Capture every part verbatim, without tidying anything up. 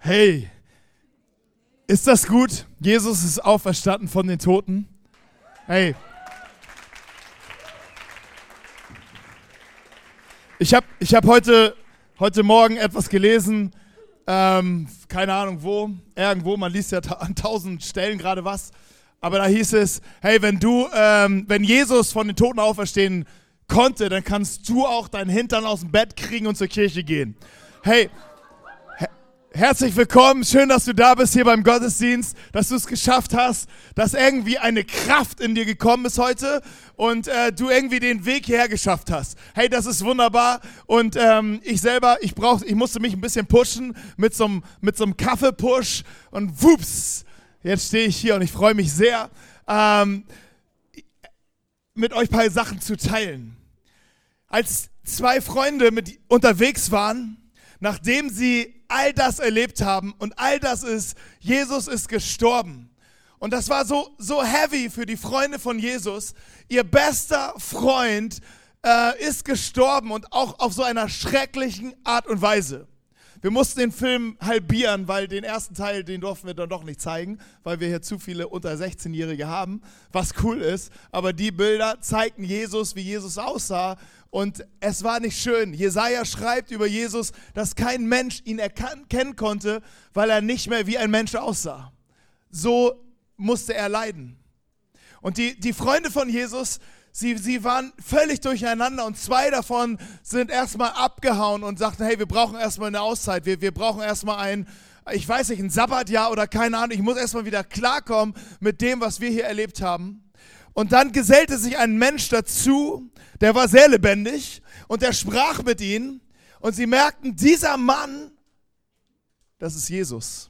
Hey, ist das gut? Jesus ist auferstanden von den Toten. Hey. Ich habe ich hab heute, heute Morgen etwas gelesen, ähm, keine Ahnung wo, irgendwo, man liest ja ta- an tausend Stellen gerade was, aber da hieß es, hey, wenn du, ähm, wenn Jesus von den Toten auferstehen konnte, dann kannst du auch deinen Hintern aus dem Bett kriegen und zur Kirche gehen. Hey, herzlich willkommen, schön, dass du da bist hier beim Gottesdienst, dass du es geschafft hast, dass irgendwie eine Kraft in dir gekommen ist heute und äh, du irgendwie den Weg hierher geschafft hast. Hey, das ist wunderbar und ähm, ich selber, ich brauch, ich musste mich ein bisschen pushen mit so einem mit so einem Kaffee-Push und wups, jetzt stehe ich hier und ich freue mich sehr, ähm, mit euch ein paar Sachen zu teilen. Als zwei Freunde mit unterwegs waren, nachdem sie all das erlebt haben und all das ist, Jesus ist gestorben. Und das war so, so heavy für die Freunde von Jesus. Ihr bester Freund äh, ist gestorben und auch auf so einer schrecklichen Art und Weise. Wir mussten den Film halbieren, weil den ersten Teil, den durften wir dann doch nicht zeigen, weil wir hier zu viele unter sechzehnjährige haben, was cool ist. Aber die Bilder zeigten Jesus, wie Jesus aussah. Und es war nicht schön. Jesaja schreibt über Jesus, dass kein Mensch ihn erkennen konnte, weil er nicht mehr wie ein Mensch aussah. So musste er leiden. Und die, die Freunde von Jesus, sie, sie waren völlig durcheinander und zwei davon sind erstmal abgehauen und sagten, hey, wir brauchen erstmal eine Auszeit, wir, wir brauchen erstmal ein, ich weiß nicht, ein Sabbatjahr oder keine Ahnung, ich muss erstmal wieder klarkommen mit dem, was wir hier erlebt haben. Und dann gesellte sich ein Mensch dazu, der war sehr lebendig und der sprach mit ihnen und sie merkten, dieser Mann, das ist Jesus.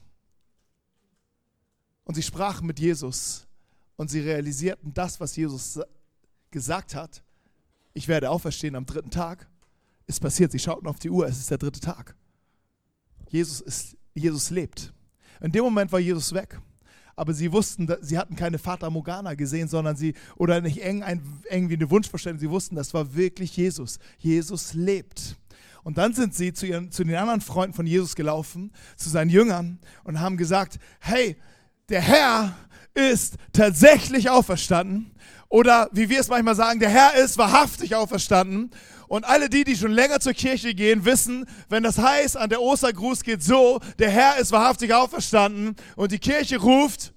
Und sie sprachen mit Jesus und sie realisierten das, was Jesus gesagt hat. Ich werde auferstehen am dritten Tag. Ist passiert, sie schauten auf die Uhr, es ist der dritte Tag. Jesus ist, Jesus lebt. In dem Moment war Jesus weg. Aber sie wussten, sie hatten keine Fata Morgana gesehen, sondern sie, oder nicht irgendwie eine Wunschvorstellung, sie wussten, das war wirklich Jesus. Jesus lebt. Und dann sind sie zu, ihren, zu den anderen Freunden von Jesus gelaufen, zu seinen Jüngern und haben gesagt, hey, der Herr ist tatsächlich auferstanden. Oder wie wir es manchmal sagen, der Herr ist wahrhaftig auferstanden. Und alle die, die schon länger zur Kirche gehen, wissen, wenn das heißt, an der Ostergruß geht so, der Herr ist wahrhaftig auferstanden und die Kirche ruft,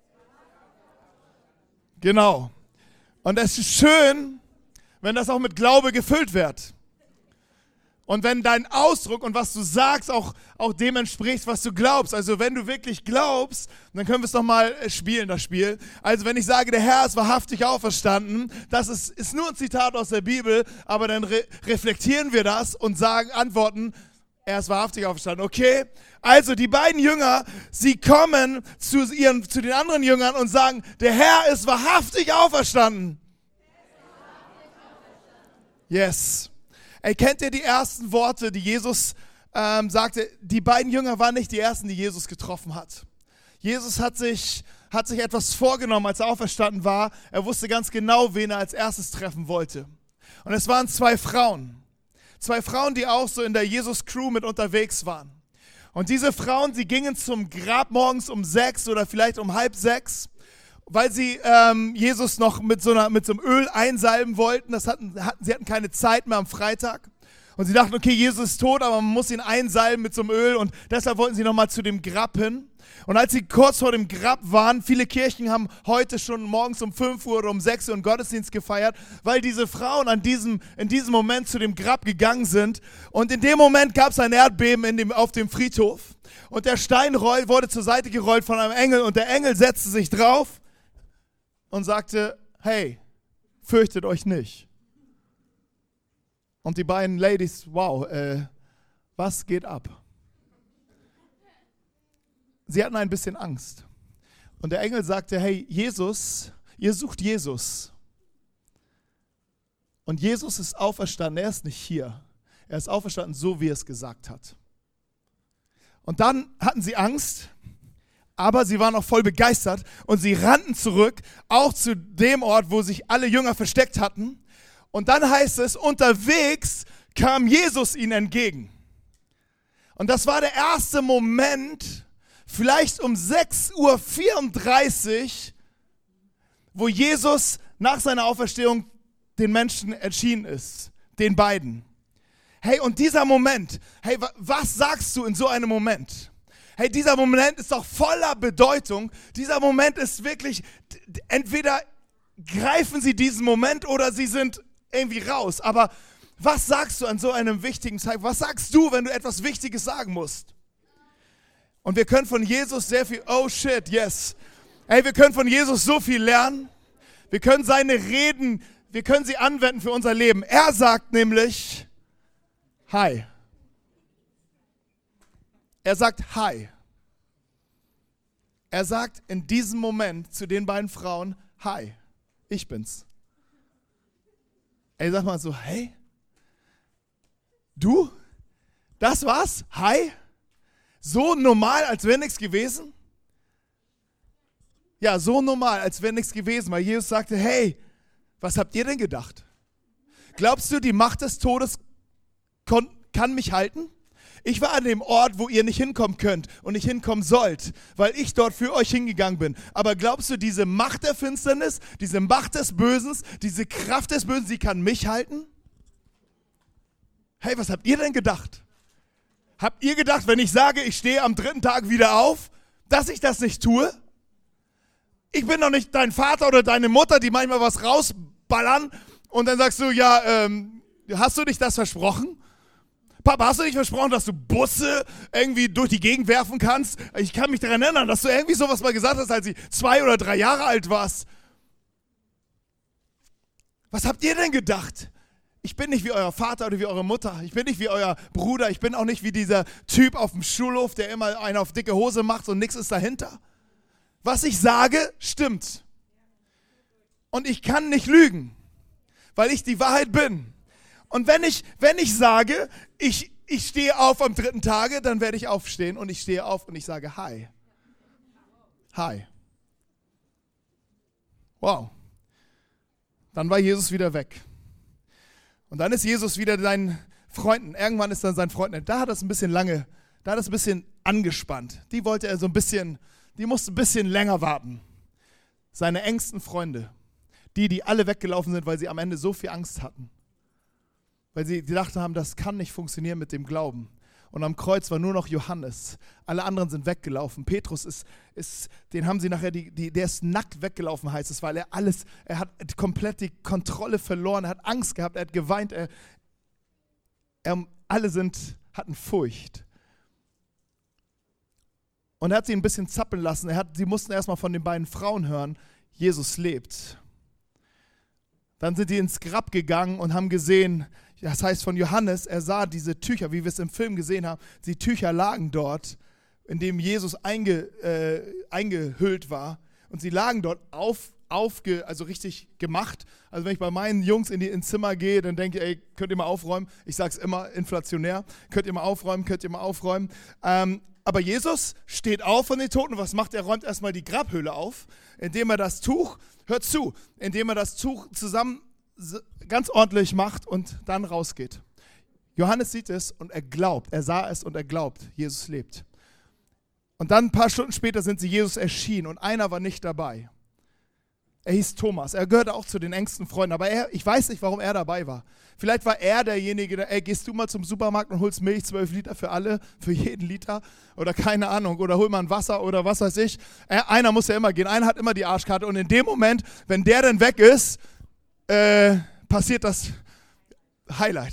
genau. Und es ist schön, wenn das auch mit Glaube gefüllt wird. Und wenn dein Ausdruck und was du sagst auch, auch dem entspricht, was du glaubst. Also wenn du wirklich glaubst, dann können wir es doch mal spielen, das Spiel. Also wenn ich sage, der Herr ist wahrhaftig auferstanden, das ist, ist nur ein Zitat aus der Bibel, aber dann re- reflektieren wir das und sagen, antworten, er ist wahrhaftig auferstanden. Okay, also die beiden Jünger, sie kommen zu, ihren, zu den anderen Jüngern und sagen, der Herr ist wahrhaftig auferstanden. Yes. Ey, kennt ihr die ersten Worte, die Jesus ähm, sagte? Die beiden Jünger waren nicht die ersten, die Jesus getroffen hat. Jesus hat sich, hat sich etwas vorgenommen, als er auferstanden war. Er wusste ganz genau, wen er als erstes treffen wollte. Und es waren zwei Frauen. Zwei Frauen, die auch so in der Jesus-Crew mit unterwegs waren. Und diese Frauen, sie gingen zum Grab morgens um sechs oder vielleicht um halb sechs, weil sie ähm, Jesus noch mit so, einer, mit so einem Öl einsalben wollten. Das hatten, hatten, sie hatten keine Zeit mehr am Freitag. Und sie dachten, okay, Jesus ist tot, aber man muss ihn einsalben mit so einem Öl. Und deshalb wollten sie nochmal zu dem Grab hin. Und als sie kurz vor dem Grab waren, viele Kirchen haben heute schon morgens um fünf Uhr oder um sechs Uhr einen Gottesdienst gefeiert, weil diese Frauen an diesem, in diesem Moment zu dem Grab gegangen sind. Und in dem Moment gab es ein Erdbeben in dem, auf dem Friedhof. Und der Stein roll, wurde zur Seite gerollt von einem Engel. Und der Engel setzte sich drauf und sagte, hey, fürchtet euch nicht. Und die beiden Ladies, wow, äh, was geht ab? Sie hatten ein bisschen Angst. Und der Engel sagte, hey, Jesus, ihr sucht Jesus. Und Jesus ist auferstanden, er ist nicht hier. Er ist auferstanden, so wie er es gesagt hat. Und dann hatten sie Angst, aber sie waren auch voll begeistert und sie rannten zurück, auch zu dem Ort, wo sich alle Jünger versteckt hatten. Und dann heißt es, unterwegs kam Jesus ihnen entgegen. Und das war der erste Moment, vielleicht um sechs Uhr vierunddreißig, wo Jesus nach seiner Auferstehung den Menschen erschienen ist, den beiden. Hey, und dieser Moment, hey, was sagst du in so einem Moment? Hey, dieser Moment ist doch voller Bedeutung. Dieser Moment ist wirklich, entweder greifen sie diesen Moment oder sie sind irgendwie raus. Aber was sagst du an so einem wichtigen Zeitpunkt? Was sagst du, wenn du etwas Wichtiges sagen musst? Und wir können von Jesus sehr viel, oh shit, yes. Hey, wir können von Jesus so viel lernen. Wir können seine Reden, wir können sie anwenden für unser Leben. Er sagt nämlich, hi. Er sagt hi. Er sagt in diesem Moment zu den beiden Frauen, hi, ich bin's. Ey, sag mal so, hey, du, das war's? Hi? So normal, als wäre nichts gewesen? Ja, so normal, als wäre nichts gewesen, weil Jesus sagte, hey, was habt ihr denn gedacht? Glaubst du, die Macht des Todes kon- kann mich halten? Ich war an dem Ort, wo ihr nicht hinkommen könnt und nicht hinkommen sollt, weil ich dort für euch hingegangen bin. Aber glaubst du, diese Macht der Finsternis, diese Macht des Bösen, diese Kraft des Bösen, sie kann mich halten? Hey, was habt ihr denn gedacht? Habt ihr gedacht, wenn ich sage, ich stehe am dritten Tag wieder auf, dass ich das nicht tue? Ich bin doch nicht dein Vater oder deine Mutter, die manchmal was rausballern und dann sagst du, ja, ähm, hast du dich das versprochen? Papa, hast du nicht versprochen, dass du Busse irgendwie durch die Gegend werfen kannst? Ich kann mich daran erinnern, dass du irgendwie sowas mal gesagt hast, als ich zwei oder drei Jahre alt warst. Was habt ihr denn gedacht? Ich bin nicht wie euer Vater oder wie eure Mutter. Ich bin nicht wie euer Bruder. Ich bin auch nicht wie dieser Typ auf dem Schulhof, der immer einen auf dicke Hose macht und nichts ist dahinter. Was ich sage, stimmt. Und ich kann nicht lügen, weil ich die Wahrheit bin. Und wenn ich, wenn ich sage, ich, ich stehe auf am dritten Tage, dann werde ich aufstehen und ich stehe auf und ich sage Hi. Hi. Wow. Dann war Jesus wieder weg. Und dann ist Jesus wieder seinen Freunden, irgendwann ist dann sein Freund, da hat es ein bisschen lange, da hat es ein bisschen angespannt. Die wollte er so ein bisschen, die musste ein bisschen länger warten. Seine engsten Freunde, die, die alle weggelaufen sind, weil sie am Ende so viel Angst hatten. Weil sie gedacht haben, das kann nicht funktionieren mit dem Glauben. Und am Kreuz war nur noch Johannes. Alle anderen sind weggelaufen. Petrus ist, ist den haben sie nachher, die, die, der ist nackt weggelaufen, heißt es, weil er alles, er hat komplett die Kontrolle verloren, er hat Angst gehabt, er hat geweint, er, er, alle sind, hatten Furcht. Und er hat sie ein bisschen zappeln lassen. Er hat, sie mussten erstmal von den beiden Frauen hören, Jesus lebt. Dann sind die ins Grab gegangen und haben gesehen, das heißt von Johannes, er sah diese Tücher, wie wir es im Film gesehen haben, die Tücher lagen dort, in dem Jesus einge, äh, eingehüllt war. Und sie lagen dort auf, aufge, also richtig gemacht. Also wenn ich bei meinen Jungs in die, ins Zimmer gehe, dann denke ich, ey, könnt ihr mal aufräumen? Ich sage es immer inflationär. Könnt ihr mal aufräumen, könnt ihr mal aufräumen. Ähm, aber Jesus steht auf von den Toten. Was macht er? Er räumt erstmal die Grabhöhle auf, indem er das Tuch, hört zu, indem er das Tuch zusammen ganz ordentlich macht und dann rausgeht. Johannes sieht es und er glaubt, er sah es und er glaubt, Jesus lebt. Und dann ein paar Stunden später sind sie Jesus erschienen und einer war nicht dabei. Er hieß Thomas, er gehörte auch zu den engsten Freunden, aber er, ich weiß nicht, warum er dabei war. Vielleicht war er derjenige, der, ey, gehst du mal zum Supermarkt und holst Milch, zwölf Liter für alle, für jeden Liter oder keine Ahnung, oder hol mal ein Wasser oder was weiß ich. Einer muss ja immer gehen, einer hat immer die Arschkarte und in dem Moment, wenn der dann weg ist, Äh, passiert das Highlight.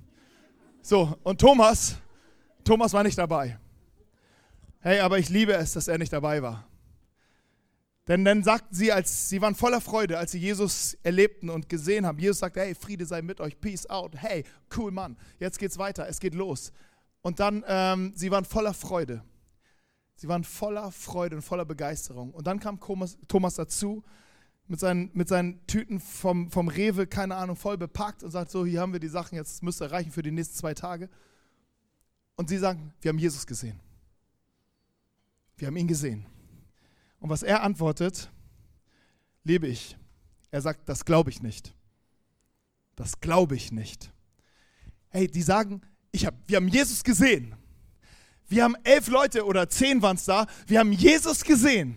So, und Thomas, Thomas war nicht dabei. Hey, aber ich liebe es, dass er nicht dabei war. Denn dann sagten sie, als sie waren voller Freude, als sie Jesus erlebten und gesehen haben. Jesus sagte, hey, Friede sei mit euch, peace out. Hey, cool Mann, jetzt geht's weiter, es geht los. Und dann, ähm, sie waren voller Freude. Sie waren voller Freude und voller Begeisterung. Und dann kam Thomas, Thomas dazu, Mit seinen, mit seinen Tüten vom, vom Rewe, keine Ahnung, voll bepackt und sagt so, hier haben wir die Sachen, jetzt müsst ihr reichen für die nächsten zwei Tage. Und sie sagen, wir haben Jesus gesehen. Wir haben ihn gesehen. Und was er antwortet, lebe ich. Er sagt, das glaube ich nicht. Das glaube ich nicht. Hey, die sagen, ich hab, wir haben Jesus gesehen. wir haben elf Leute oder zehn waren es da, wir haben Jesus gesehen.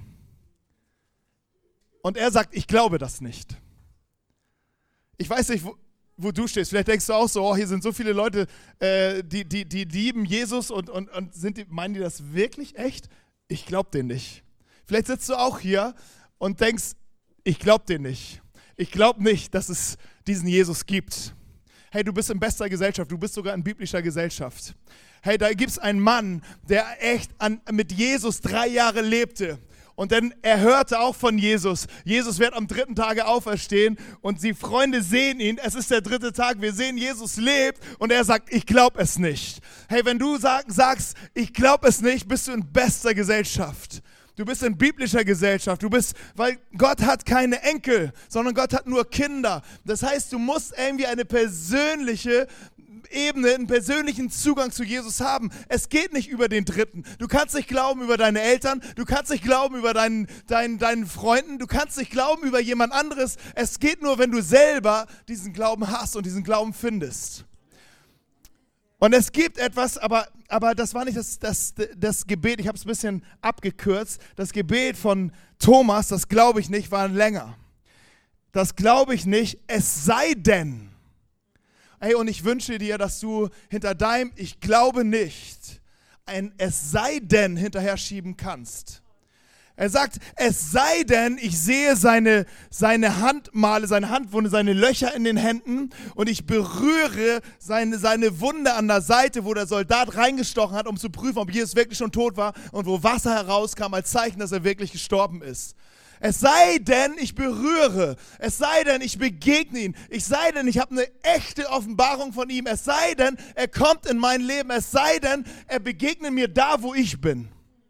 Und er sagt, ich glaube das nicht. Ich weiß nicht, wo, wo du stehst. Vielleicht denkst du auch so, oh, hier sind so viele Leute, äh, die, die, die lieben Jesus und, und, und sind die, meinen die das wirklich echt? Ich glaube den nicht. Vielleicht sitzt du auch hier und denkst, ich glaube den nicht. Ich glaube nicht, dass es diesen Jesus gibt. Hey, du bist in bester Gesellschaft, du bist sogar in biblischer Gesellschaft. Hey, da gibt es einen Mann, der echt an, mit Jesus drei Jahre lebte. Und dann er hörte auch von Jesus. Jesus wird am dritten Tage auferstehen und die Freunde sehen ihn. Es ist der dritte Tag. Wir sehen, Jesus lebt und er sagt, ich glaube es nicht. Hey, wenn du sag, sagst, ich glaube es nicht, bist du in bester Gesellschaft. Du bist in biblischer Gesellschaft. Du bist, weil Gott hat keine Enkel, sondern Gott hat nur Kinder. Das heißt, du musst irgendwie eine persönliche Ebene, einen persönlichen Zugang zu Jesus haben. Es geht nicht über den Dritten. Du kannst nicht glauben über deine Eltern, du kannst nicht glauben über deinen, deinen, deinen Freunden, du kannst nicht glauben über jemand anderes. Es geht nur, wenn du selber diesen Glauben hast und diesen Glauben findest. Und es gibt etwas, aber, aber das war nicht das, das, das Gebet, ich habe es ein bisschen abgekürzt. Das Gebet von Thomas, das glaube ich nicht, war länger. Das glaube ich nicht, es sei denn. Hey, und ich wünsche dir, dass du hinter deinem Ich glaube nicht ein Es sei denn hinterher schieben kannst. Er sagt, es sei denn, ich sehe seine, seine Handmale, seine Handwunde, seine Löcher in den Händen und ich berühre seine, seine Wunde an der Seite, wo der Soldat reingestochen hat, um zu prüfen, ob Jesus wirklich schon tot war und wo Wasser herauskam als Zeichen, dass er wirklich gestorben ist. Es sei denn, ich berühre, es sei denn, ich begegne ihn, es sei denn, ich habe eine echte Offenbarung von ihm, es sei denn, er kommt in mein Leben, es sei denn, er begegnet mir da, wo ich bin.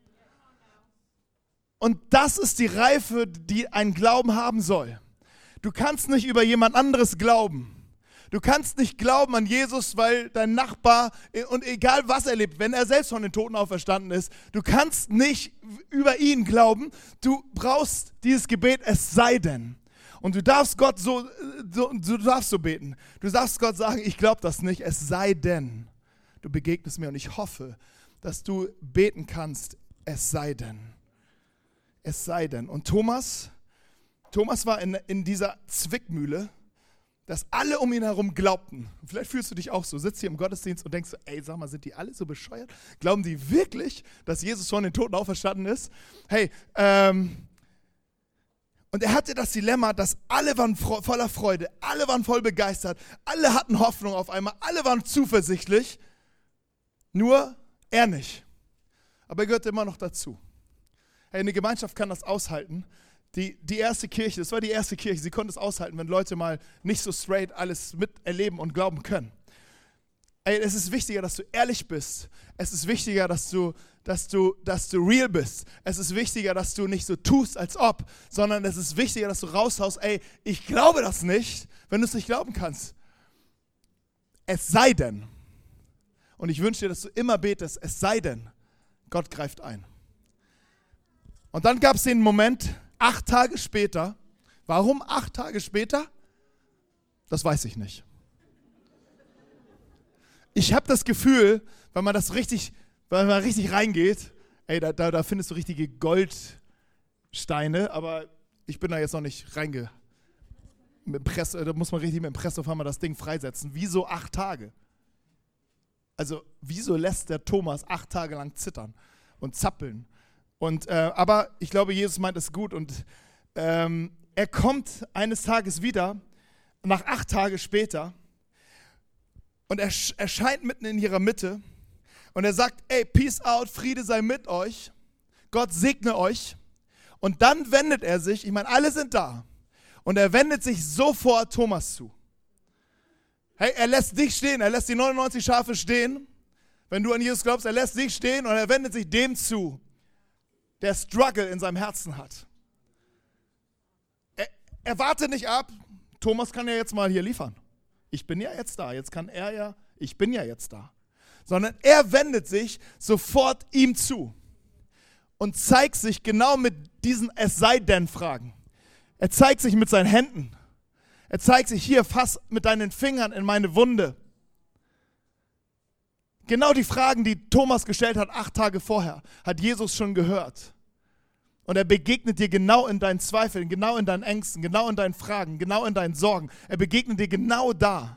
Und das ist die Reife, die ein Glauben haben soll. Du kannst nicht über jemand anderes glauben. Du kannst nicht glauben an Jesus, weil dein Nachbar, und egal was er lebt, wenn er selbst von den Toten auferstanden ist, du kannst nicht über ihn glauben. Du brauchst dieses Gebet, es sei denn. Und du darfst Gott so, so, du darfst so beten. Du darfst Gott sagen, ich glaube das nicht, es sei denn. Du begegnest mir und ich hoffe, dass du beten kannst, es sei denn. Es sei denn. Und Thomas, Thomas war in, in dieser Zwickmühle, dass alle um ihn herum glaubten. Und vielleicht fühlst du dich auch so, sitzt hier im Gottesdienst und denkst, ey, sag mal, sind die alle so bescheuert? Glauben die wirklich, dass Jesus von den Toten auferstanden ist? Hey, ähm, und er hatte das Dilemma, dass alle waren voller Freude, alle waren voll begeistert, alle hatten Hoffnung auf einmal, alle waren zuversichtlich, nur er nicht. Aber er gehört immer noch dazu. Hey, eine Gemeinschaft kann das aushalten. Die, die erste Kirche, das war die erste Kirche, sie konnte es aushalten, wenn Leute mal nicht so straight alles miterleben und glauben können. Ey, es ist wichtiger, dass du ehrlich bist. Es ist wichtiger, dass du, dass du, dass du real bist. Es ist wichtiger, dass du nicht so tust, als ob, sondern es ist wichtiger, dass du raushaust, ey, ich glaube das nicht, wenn du es nicht glauben kannst. Es sei denn, und ich wünsche dir, dass du immer betest, es sei denn, Gott greift ein. Und dann gab es den Moment, acht Tage später. Warum acht Tage später? Das weiß ich nicht. Ich habe das Gefühl, wenn man das richtig, wenn man richtig reingeht, ey, da, da, da findest du richtige Goldsteine, aber ich bin da jetzt noch nicht reinge. Mit Press, da muss man richtig mit dem Presslufthammer das Ding freisetzen. Wieso acht Tage? Also, wieso lässt der Thomas acht Tage lang zittern und zappeln? Und, äh, aber ich glaube, Jesus meint es gut und ähm, er kommt eines Tages wieder, nach acht Tage später, und er sch- erscheint mitten in ihrer Mitte und er sagt, ey, peace out, Friede sei mit euch, Gott segne euch. Und dann wendet er sich, ich meine, alle sind da, und er wendet sich sofort Thomas zu. Hey, er lässt dich stehen, er lässt die neunundneunzig Schafe stehen, wenn du an Jesus glaubst, er lässt dich stehen und er wendet sich dem zu, der Struggle in seinem Herzen hat. Er, er wartet nicht ab, Thomas kann ja jetzt mal hier liefern. Ich bin ja jetzt da, jetzt kann er ja, ich bin ja jetzt da. Sondern er wendet sich sofort ihm zu und zeigt sich genau mit diesen Es-sei-denn-Fragen. Er zeigt sich mit seinen Händen. Er zeigt sich hier, fass mit deinen Fingern in meine Wunde. Genau die Fragen, die Thomas gestellt hat, acht Tage vorher, hat Jesus schon gehört. Und er begegnet dir genau in deinen Zweifeln, genau in deinen Ängsten, genau in deinen Fragen, genau in deinen Sorgen. Er begegnet dir genau da.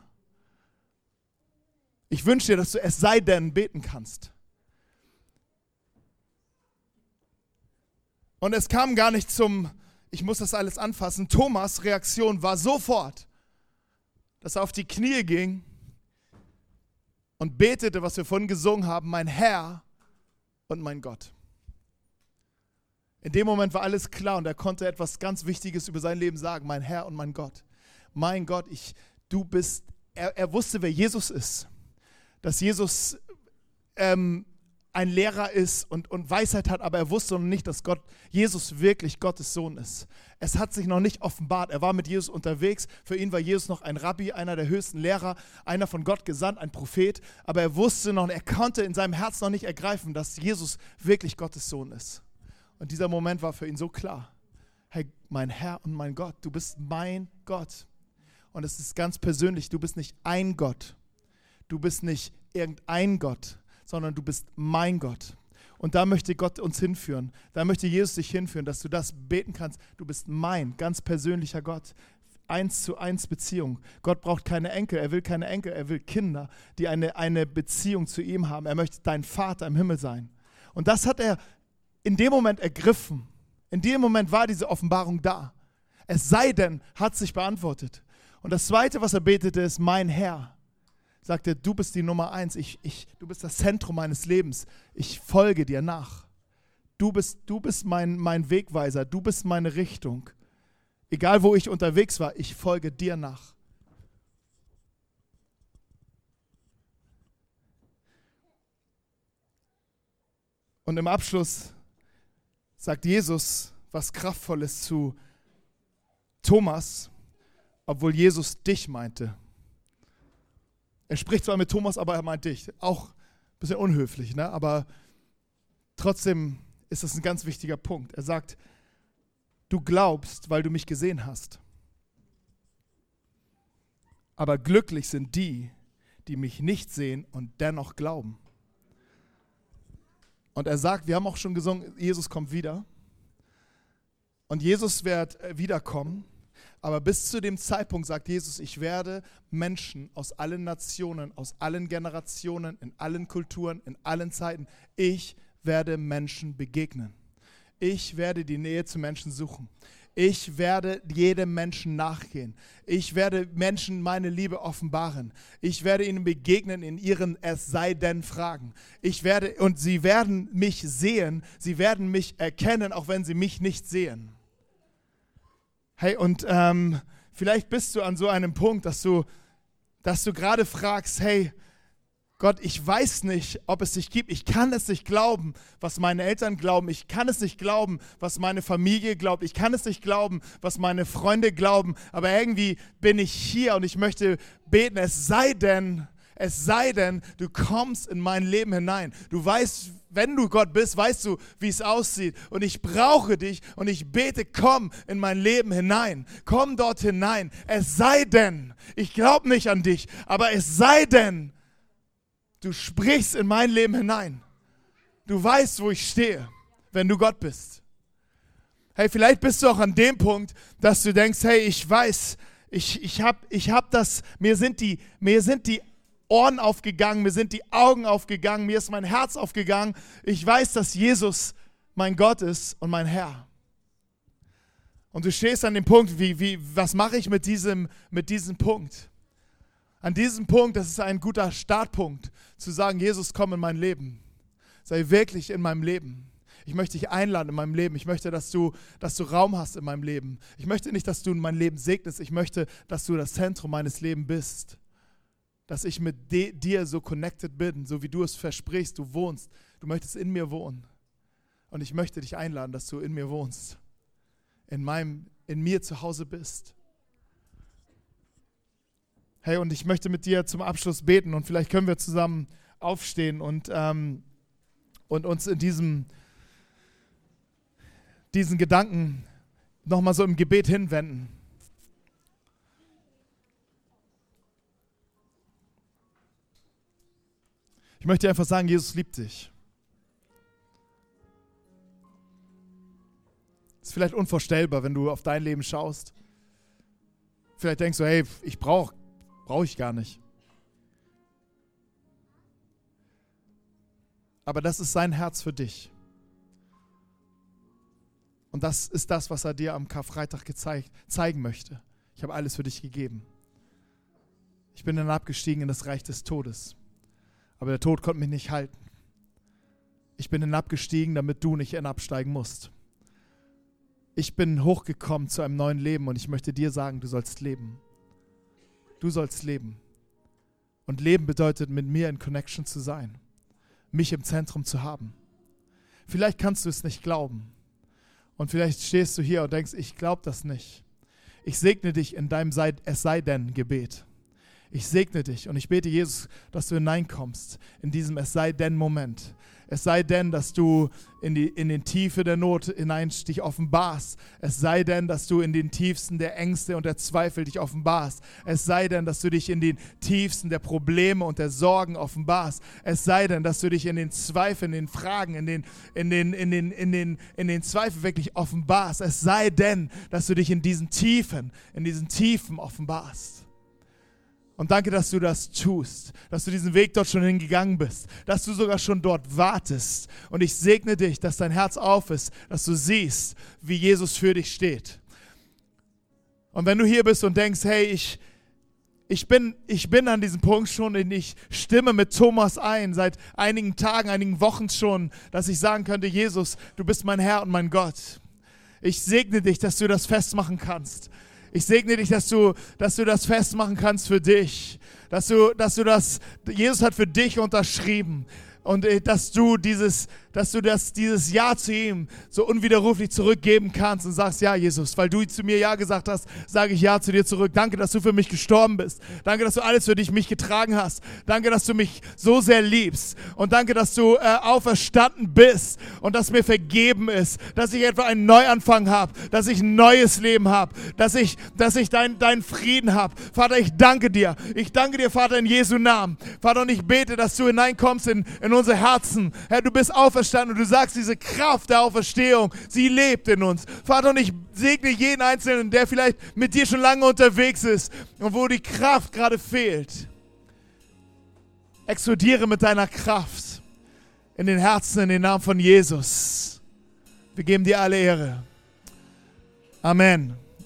Ich wünsche dir, dass du es sei denn beten kannst. Und es kam gar nicht zum, ich muss das alles anfassen. Thomas' Reaktion war sofort, dass er auf die Knie ging und betete, was wir vorhin gesungen haben, mein Herr und mein Gott. In dem Moment war alles klar und er konnte etwas ganz Wichtiges über sein Leben sagen, mein Herr und mein Gott. Mein Gott, ich, du bist, er, er wusste, wer Jesus ist. Dass Jesus ähm, ein Lehrer ist und, und Weisheit hat, aber er wusste noch nicht, dass Gott, Jesus wirklich Gottes Sohn ist. Es hat sich noch nicht offenbart. Er war mit Jesus unterwegs. Für ihn war Jesus noch ein Rabbi, einer der höchsten Lehrer, einer von Gott gesandt, ein Prophet. Aber er wusste noch, er konnte in seinem Herzen noch nicht ergreifen, dass Jesus wirklich Gottes Sohn ist. Und dieser Moment war für ihn so klar. Hey, mein Herr und mein Gott, du bist mein Gott. Und es ist ganz persönlich, du bist nicht ein Gott. Du bist nicht irgendein Gott, sondern du bist mein Gott. Und da möchte Gott uns hinführen. Da möchte Jesus dich hinführen, dass du das beten kannst. Du bist mein, ganz persönlicher Gott. Eins zu eins Beziehung. Gott braucht keine Enkel, er will keine Enkel, er will Kinder, die eine, eine Beziehung zu ihm haben. Er möchte dein Vater im Himmel sein. Und das hat er in dem Moment ergriffen. In dem Moment war diese Offenbarung da. Es sei denn, hat sich beantwortet. Und das Zweite, was er betete, ist mein Herr. Sagt er, du bist die Nummer eins, ich, ich, du bist das Zentrum meines Lebens, ich folge dir nach. Du bist, du bist mein, mein Wegweiser, du bist meine Richtung. Egal, wo ich unterwegs war, ich folge dir nach. Und im Abschluss sagt Jesus was Kraftvolles zu Thomas, obwohl Jesus dich meinte. Er spricht zwar mit Thomas, aber er meint dich. Auch ein bisschen unhöflich, ne? Aber trotzdem ist das ein ganz wichtiger Punkt. Er sagt, du glaubst, weil du mich gesehen hast. Aber glücklich sind die, die mich nicht sehen und dennoch glauben. Und er sagt, wir haben auch schon gesungen, Jesus kommt wieder. Und Jesus wird wiederkommen. Aber bis zu dem Zeitpunkt sagt Jesus, ich werde Menschen aus allen Nationen, aus allen Generationen, in allen Kulturen, in allen Zeiten, ich werde Menschen begegnen. Ich werde die Nähe zu Menschen suchen. Ich werde jedem Menschen nachgehen. Ich werde Menschen meine Liebe offenbaren. Ich werde ihnen begegnen in ihren Es sei denn Fragen. Ich werde, und sie werden mich sehen, sie werden mich erkennen, auch wenn sie mich nicht sehen. Hey, und ähm, vielleicht bist du an so einem Punkt, dass du, dass du gerade fragst, hey, Gott, ich weiß nicht, ob es dich gibt. Ich kann es nicht glauben, was meine Eltern glauben. Ich kann es nicht glauben, was meine Familie glaubt. Ich kann es nicht glauben, was meine Freunde glauben. Aber irgendwie bin ich hier und ich möchte beten, es sei denn, es sei denn, du kommst in mein Leben hinein. Du weißt, wenn du Gott bist, weißt du, wie es aussieht. Und ich brauche dich und ich bete, komm in mein Leben hinein. Komm dort hinein. Es sei denn, ich glaube nicht an dich, aber es sei denn, du sprichst in mein Leben hinein. Du weißt, wo ich stehe, wenn du Gott bist. Hey, vielleicht bist du auch an dem Punkt, dass du denkst, hey, ich weiß, ich, ich habe ich hab das, mir sind die, mir sind die Ohren aufgegangen, mir sind die Augen aufgegangen, mir ist mein Herz aufgegangen. Ich weiß, dass Jesus mein Gott ist und mein Herr. Und du stehst an dem Punkt, wie, wie, was mache ich mit diesem, mit diesem Punkt? An diesem Punkt, das ist ein guter Startpunkt, zu sagen, Jesus, komm in mein Leben. Sei wirklich in meinem Leben. Ich möchte dich einladen in meinem Leben. Ich möchte, dass du, dass du Raum hast in meinem Leben. Ich möchte nicht, dass du mein Leben segnest. Ich möchte, dass du das Zentrum meines Lebens bist. Dass ich mit de- dir so connected bin, so wie du es versprichst, du wohnst. Du möchtest in mir wohnen. Und ich möchte dich einladen, dass du in mir wohnst. In meinem, in mir zu Hause bist. Hey, und ich möchte mit dir zum Abschluss beten und vielleicht können wir zusammen aufstehen und, ähm, und uns in diesem, diesen Gedanken nochmal so im Gebet hinwenden. Ich möchte dir einfach sagen, Jesus liebt dich. Ist vielleicht unvorstellbar, wenn du auf dein Leben schaust. Vielleicht denkst du, hey, ich brauche brauche ich gar nicht. Aber das ist sein Herz für dich. Und das ist das, was er dir am Karfreitag gezeigt, zeigen möchte. Ich habe alles für dich gegeben. Ich bin dann abgestiegen in das Reich des Todes. Aber der Tod konnte mich nicht halten. Ich bin hinabgestiegen, damit du nicht hinabsteigen musst. Ich bin hochgekommen zu einem neuen Leben und ich möchte dir sagen, du sollst leben. Du sollst leben. Und Leben bedeutet, mit mir in Connection zu sein. Mich im Zentrum zu haben. Vielleicht kannst du es nicht glauben. Und vielleicht stehst du hier und denkst, ich glaube das nicht. Ich segne dich in deinem Es sei denn Gebet. Ich segne dich und ich bete, Jesus, dass du hineinkommst in diesem Es sei denn Moment. Es sei denn, dass du in die in den Tiefe der Not hinein dich offenbarst. Es sei denn, dass du in den Tiefsten der Ängste und der Zweifel dich offenbarst. Es sei denn, dass du dich in den Tiefsten der Probleme und der Sorgen offenbarst. Es sei denn, dass du dich in den Zweifeln, in den Fragen, in den, in den, in den, in den, in den Zweifeln wirklich offenbarst. Es sei denn, dass du dich in diesen Tiefen, in diesen Tiefen offenbarst. Und danke, dass du das tust, dass du diesen Weg dort schon hingegangen bist, dass du sogar schon dort wartest. Und ich segne dich, dass dein Herz auf ist, dass du siehst, wie Jesus für dich steht. Und wenn du hier bist und denkst, hey, ich, ich, bin, ich bin an diesem Punkt schon und ich stimme mit Thomas ein, seit einigen Tagen, einigen Wochen schon, dass ich sagen könnte, Jesus, du bist mein Herr und mein Gott. Ich segne dich, dass du das festmachen kannst. Ich segne dich, dass du, dass du das festmachen kannst für dich. Dass du, dass du das, Jesus hat für dich unterschrieben. Und dass du dieses, dass du das, dieses Ja zu ihm so unwiderruflich zurückgeben kannst und sagst, ja Jesus, weil du zu mir Ja gesagt hast, sage ich Ja zu dir zurück. Danke, dass du für mich gestorben bist. Danke, dass du alles für dich mich getragen hast. Danke, dass du mich so sehr liebst. Und danke, dass du äh, auferstanden bist und dass mir vergeben ist, dass ich etwa einen Neuanfang habe, dass ich ein neues Leben habe, dass ich, dass ich deinen dein Frieden habe. Vater, ich danke dir. Ich danke dir, Vater, in Jesu Namen. Vater, und ich bete, dass du hineinkommst in, in unsere Herzen. Herr, du bist auferstanden und du sagst, diese Kraft der Auferstehung, sie lebt in uns. Vater, und ich segne jeden Einzelnen, der vielleicht mit dir schon lange unterwegs ist und wo die Kraft gerade fehlt. Explodiere mit deiner Kraft in den Herzen, in den Namen von Jesus. Wir geben dir alle Ehre. Amen.